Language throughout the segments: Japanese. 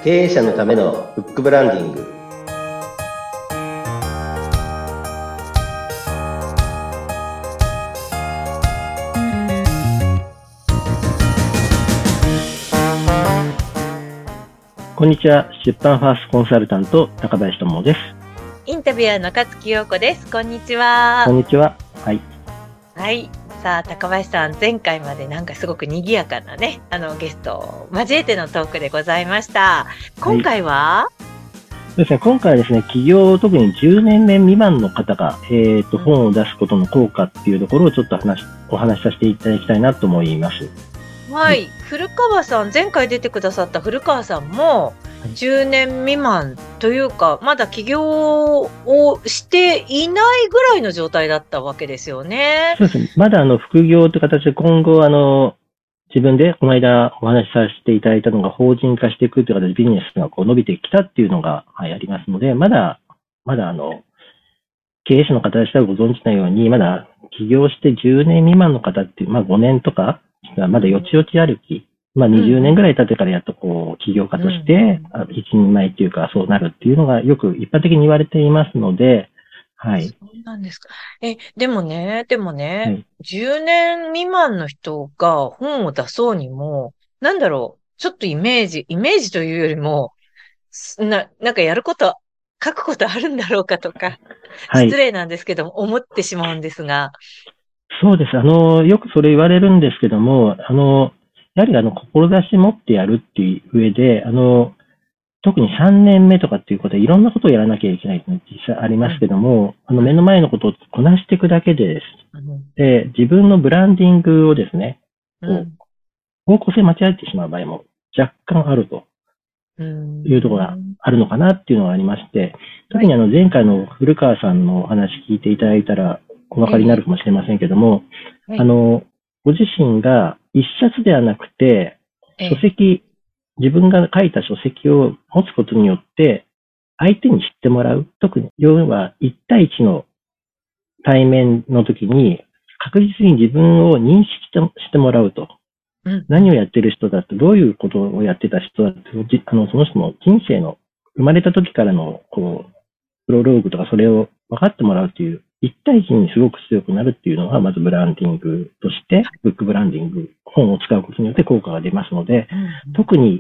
経営者のためのフックブランディング。こんにちは。出版ファーストコンサルタント高林智です。 インタビュアーの勝木陽子です。こんにちは。 こんにちは。はい。 はい。さあ、高林さん、前回までなんかすごく賑やかなね、ゲストを交えてのトークでございました。今回は、 そうですね、今回はですね、企業、特に10年目未満の方が、本を出すことの効果っていうところをちょっとお話しさせていただきたいなと思います。 はい。古川さん、前回出てくださった古川さんも、10年未満というか、まだ起業をしていないぐらいの状態だったわけですよね。 そうですね。まだ副業という形で今後自分でこの間お話しさせていただいたのが法人化していくという形でビジネスが伸びてきたっていうのが、ありますので、まだ経営者の方でしたらご存知のように、まだ起業して10年未満の方っていう、5年とか、まだよちよち歩き、20年ぐらい経ってからやっと起業家として、一人前っていうかそうなるっていうのがよく一般的に言われていますので、はい。 そうなんですか。でもね、 はい、 10年未満の人が本を出そうにも、ちょっとイメージというよりも、なんか書くことあるんだろうかとか、 はい。 失礼なんですけども、思ってしまうんですが。 そうです。よくそれ言われるんですけども、やはり志持ってやるっていう上で、特に3年目とかっていうことでいろんなことをやらなきゃいけないの実際ありますけども、目の前のことをこなしていくだけでです。で、自分のブランディングをですね、方向性間違えてしまう場合も若干あるというところがあるのかなっていうのがありまして、特に前回の古川さんのお話聞いていただいたらお分かりになるかもしれませんけども、ご自身が一冊ではなくて、自分が書いた書籍を持つことによって、相手に知ってもらう。特に、要は、1対1の対面の時に、確実に自分を認識してもらうと。何をやってる人だと、どういうことをやってた人だと、その人の人生の、生まれた時からの、プロローグとかそれを分かってもらうっていう、1対1にすごく強くなるっていうのが、まずブランディングとして、ブックブランディング、本を使うことによって効果が出ますので、特に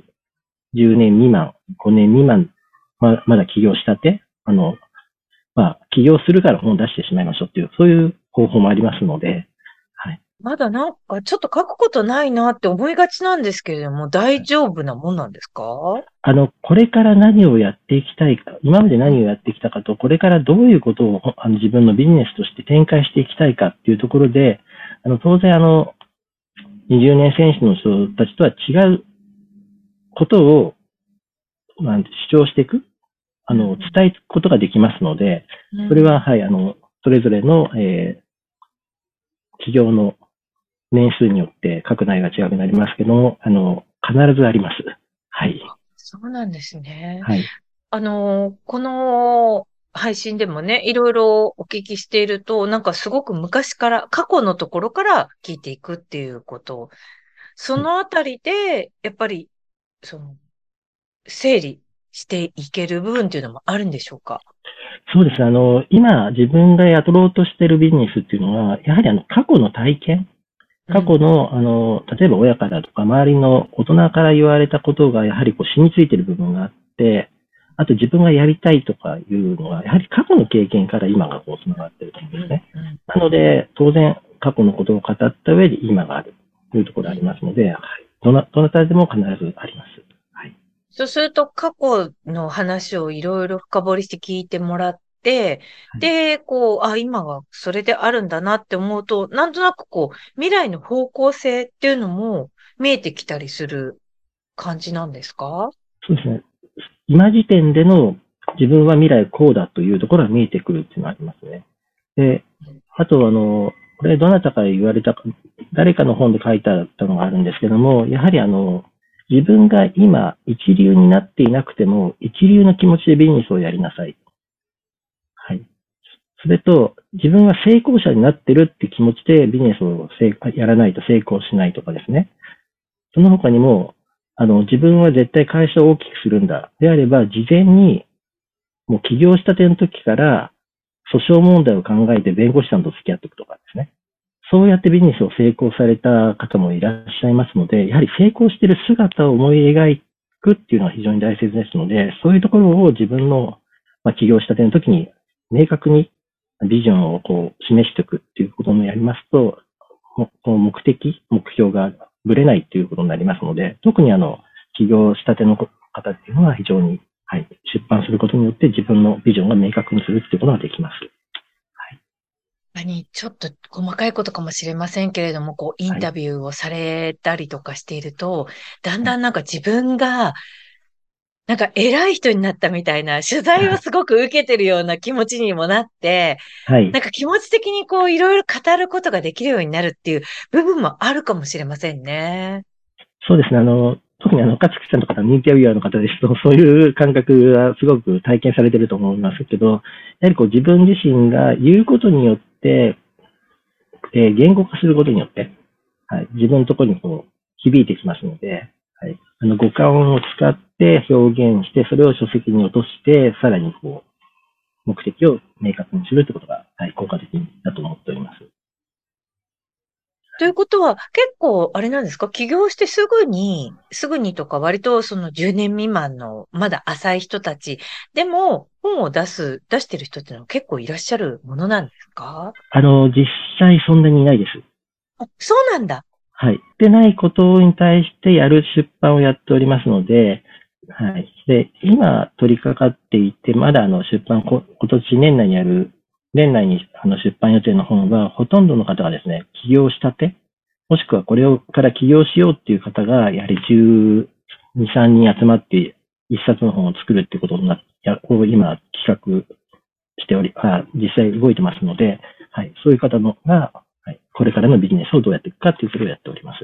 10年未満、5年未満、まだ起業したて、起業するから本を出してしまいましょうっていう、そういう方法もありますので、はい。 まだなんかちょっと書くことないなって思いがちなんですけれども、大丈夫なもんなんですか？ これから何をやっていきたいか、今まで何をやってきたかと、これからどういうことを自分のビジネスとして展開していきたいかっていうところで、当然20年選手の人たちとは違うことを、主張していく、伝えることができますので、それは、はい、それぞれの、企業の年数によって書く内容が違くなりますけども、必ずあります。はい。 そうなんですね。 はい。 この配信でもね、いろいろお聞きしていると、なんかすごく昔から、過去のところから聞いていくっていうこと、そのあたりで、やっぱり、整理していける部分っていうのもあるんでしょうか？ そうです。今自分がやろうとしているビジネスっていうのは、やはり過去の体験、過去の、例えば親からとか周りの大人から言われたことがやはり染みついている部分があって、あと自分がやりたいとかいうのは、やはり過去の経験から今が繋がっていると思うんですね。なので、当然過去のことを語った上で今があるというところがありますので、はい、どなたでも必ずあります。はい。 そうすると、過去の話をいろいろ深掘りして聞いてもらって、で、今がそれであるんだなって思うと、なんとなく未来の方向性っていうのも見えてきたりする感じなんですか？ そうですね。今時点での自分は未来こうだというところが見えてくるっていうのがありますね。で、あとこれどなたから言われたか、誰かの本で書いてあったのがあるんですけども、やはり自分が今一流になっていなくても、一流の気持ちでビジネスをやりなさい。はい。それと、自分は成功者になってるって気持ちでビジネスをやらないと成功しないとかですね。その他にも、 自分は絶対会社を大きくするんだ。であれば、事前に、もう起業したての時から、訴訟問題を考えて弁護士さんと付き合っていくとかですね。そうやってビジネスを成功された方もいらっしゃいますので、やはり成功している姿を思い描くっていうのは非常に大切ですので、そういうところを自分の、起業したての時に明確にビジョンを示していくっていうこともやりますと、この目標がぶれないっていうことになりますので、特に起業したての方っていうのは非常に、出版することによって自分のビジョンが明確にするっていうことができます。 ちょっと細かいことかもしれませんけれども、インタビューをされたりとかしていると、だんだんなんか自分が、なんか偉い人になったみたいな、取材をすごく受けてるような気持ちにもなって、なんか気持ち的にいろいろ語ることができるようになるっていう部分もあるかもしれませんね。 そうですね。特に勝木さんとかインタビュアーの方ですと、そういう感覚はすごく体験されていると思いますけど、やはり自分自身が言うことによって、言語化することによって、自分のところに響いてきますので、五感を使って表現して、それを書籍に落として、さらに目的を明確にするということが、効果的だと思っております。 ということは、結構、あれなんですか？起業してすぐにとか割とその10年未満のまだ浅い人たちでも本を出してる人っていうのは結構いらっしゃるものなんですか？ 実際そんなにいないです。 そうなんだ。 でないことに対してやる出版をやっておりますので、で、今取り掛かっていて、まだ出版、今年年内に出版予定の本は、ほとんどの方がですね、起業したて、もしくはこれから起業しようっていう方が、やはり12、3人集まって一冊の本を作るっていうことに今企画して実際動いてますので、そういう方が、これからのビジネスをどうやっていくかっていうことをやっております。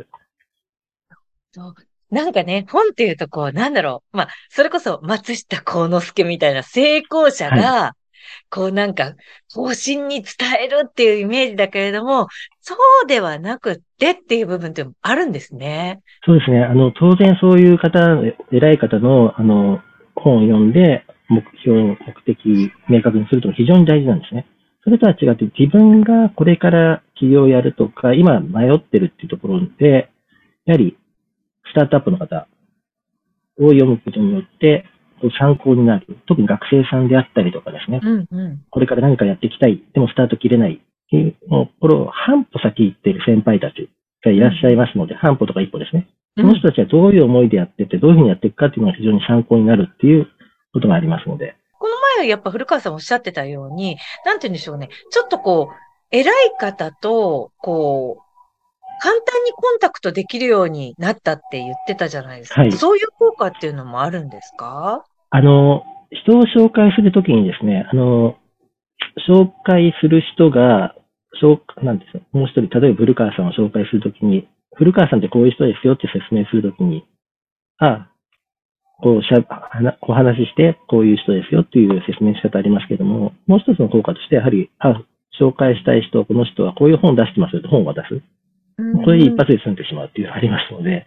なんかね、本っていうとなんだろう。それこそ松下幸之助みたいな成功者が、なんか、方針に伝えるっていうイメージだけれども、そうではなくってっていう部分ってあるんですね。 そうですね。当然そういう偉い方の、本を読んで、目的、明確にすると非常に大事なんですね。それとは違って、自分がこれから起業をやるとか、今迷ってるっていうところで、やはり、スタートアップの方を読むことによって、参考になる。特に学生さんであったりとかですね。これから何かやっていきたい。でもスタート切れない。っていうところを半歩先行っている先輩たちがいらっしゃいますので、半歩とか一歩ですね。その人たちはどういう思いでやってて、どういうふうにやっていくかっていうのが非常に参考になるっていうことがありますので。 この前やっぱ古川さんおっしゃってたように、なんて言うんでしょうね。ちょっと偉い方と、簡単にコンタクトできるようになったって言ってたじゃないですか。そういう効果っていうのもあるんですか？ 人を紹介するときにですね、紹介する人が、なんですよ。もう一人、例えば古川さんを紹介するときに、古川さんってこういう人ですよって説明するときに、お話しして、こういう人ですよっていう説明の仕方ありますけども、もう一つの効果として、やはり、紹介したい人、この人はこういう本を出してますよって本を渡す。これで一発で済んでしまうっていうのがありますので、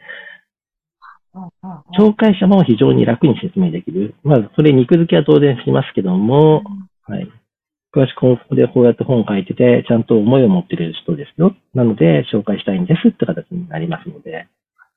紹介者も非常に楽に説明できる。それ肉付けは当然しますけども、詳しくここでこうやって本を書いてて、ちゃんと思いを持っている人ですよ。なので、紹介したいんですって形になりますので。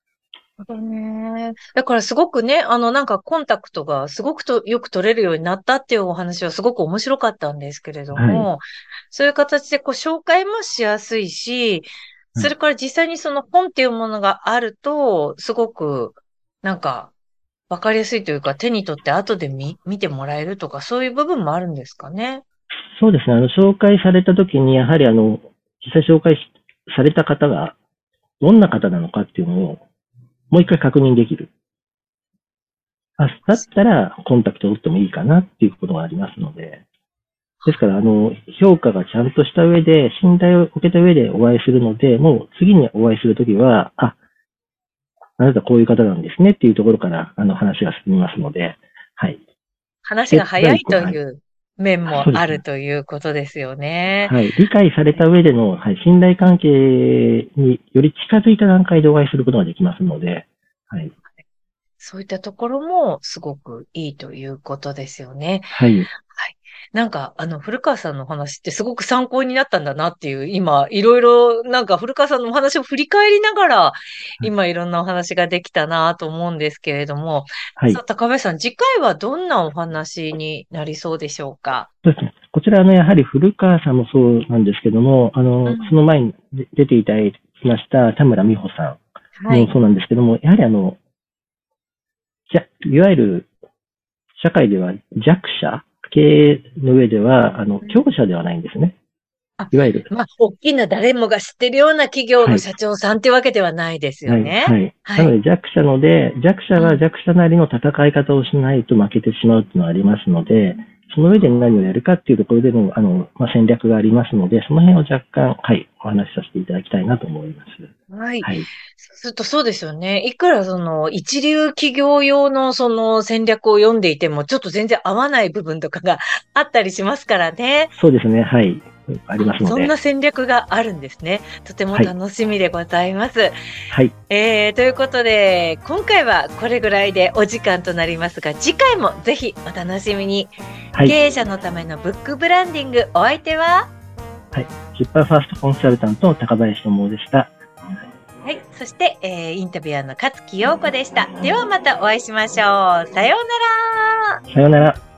だからすごくね、なんかコンタクトがすごくよく取れるようになったっていうお話はすごく面白かったんですけれども、そういう形で紹介もしやすいし、それから実際にその本っていうものがあると、すごくなんかわかりやすいというか、手に取って後で見てもらえるとか、そういう部分もあるんですかね。 そうですね。紹介されたときに、やはり実際紹介された方がどんな方なのかっていうのをもう一回確認できる。だったらコンタクトを取ってもいいかなっていうことがありますので。ですから、評価がちゃんとした上で、信頼を受けた上でお会いするので、もう次にお会いするときは、あなたこういう方なんですねっていうところから話が進みますので、 話が早いという面もあるということですよね。 理解された上での、信頼関係により近づいた段階でお会いすることができますので、 そういったところもすごくいいということですよね。 はい。 はい。なんか、古川さんのお話ってすごく参考になったんだなっていう、今、いろいろ、なんか古川さんのお話を振り返りながら、今いろんなお話ができたなと思うんですけれども、 はい。 さあ、高林さん、次回はどんなお話になりそうでしょうか？ そうですね。こちら、やはり古川さんもそうなんですけども、そうん。 の前に出ていただきました田村美穂さんはい。 もそうなんですけども、やはりいわゆる社会では弱者系の上では、強者ではないんですね。 あ、 いわゆる、 まあ、大きな誰もが知ってるような企業はい。 の社長さんってわけではないですよはい。 ね。 はい。 はい。 なので弱者うん。 は弱者なりの戦い方をしないと負けてしまうっていうのはありますので、その上で何をやるかっていうところでの、戦略がありますので、その辺を若干、はい、お話しさせていただきたいなと思います。 はい。 はい。 そうするとそうですよね。いくらその一流企業用のその戦略を読んでいても、ちょっと全然合わない部分とかがあったりしますからね。 そうですね。はい。ありあ、 ますので。 そんな戦略があるんですね。とてもはい。 楽しみでございます。 はい。 ということで、今回はこれぐらいでお時間となりますが、次回もぜひお楽しみに。 はい。 経営者のためのブックブランディング、お相手は、 はい。出版ファーストコンサルタントの高林智でした。 はい。そして、インタビュアーの勝木陽子でした。ではまたお会いしましょう。さようなら。 さようなら。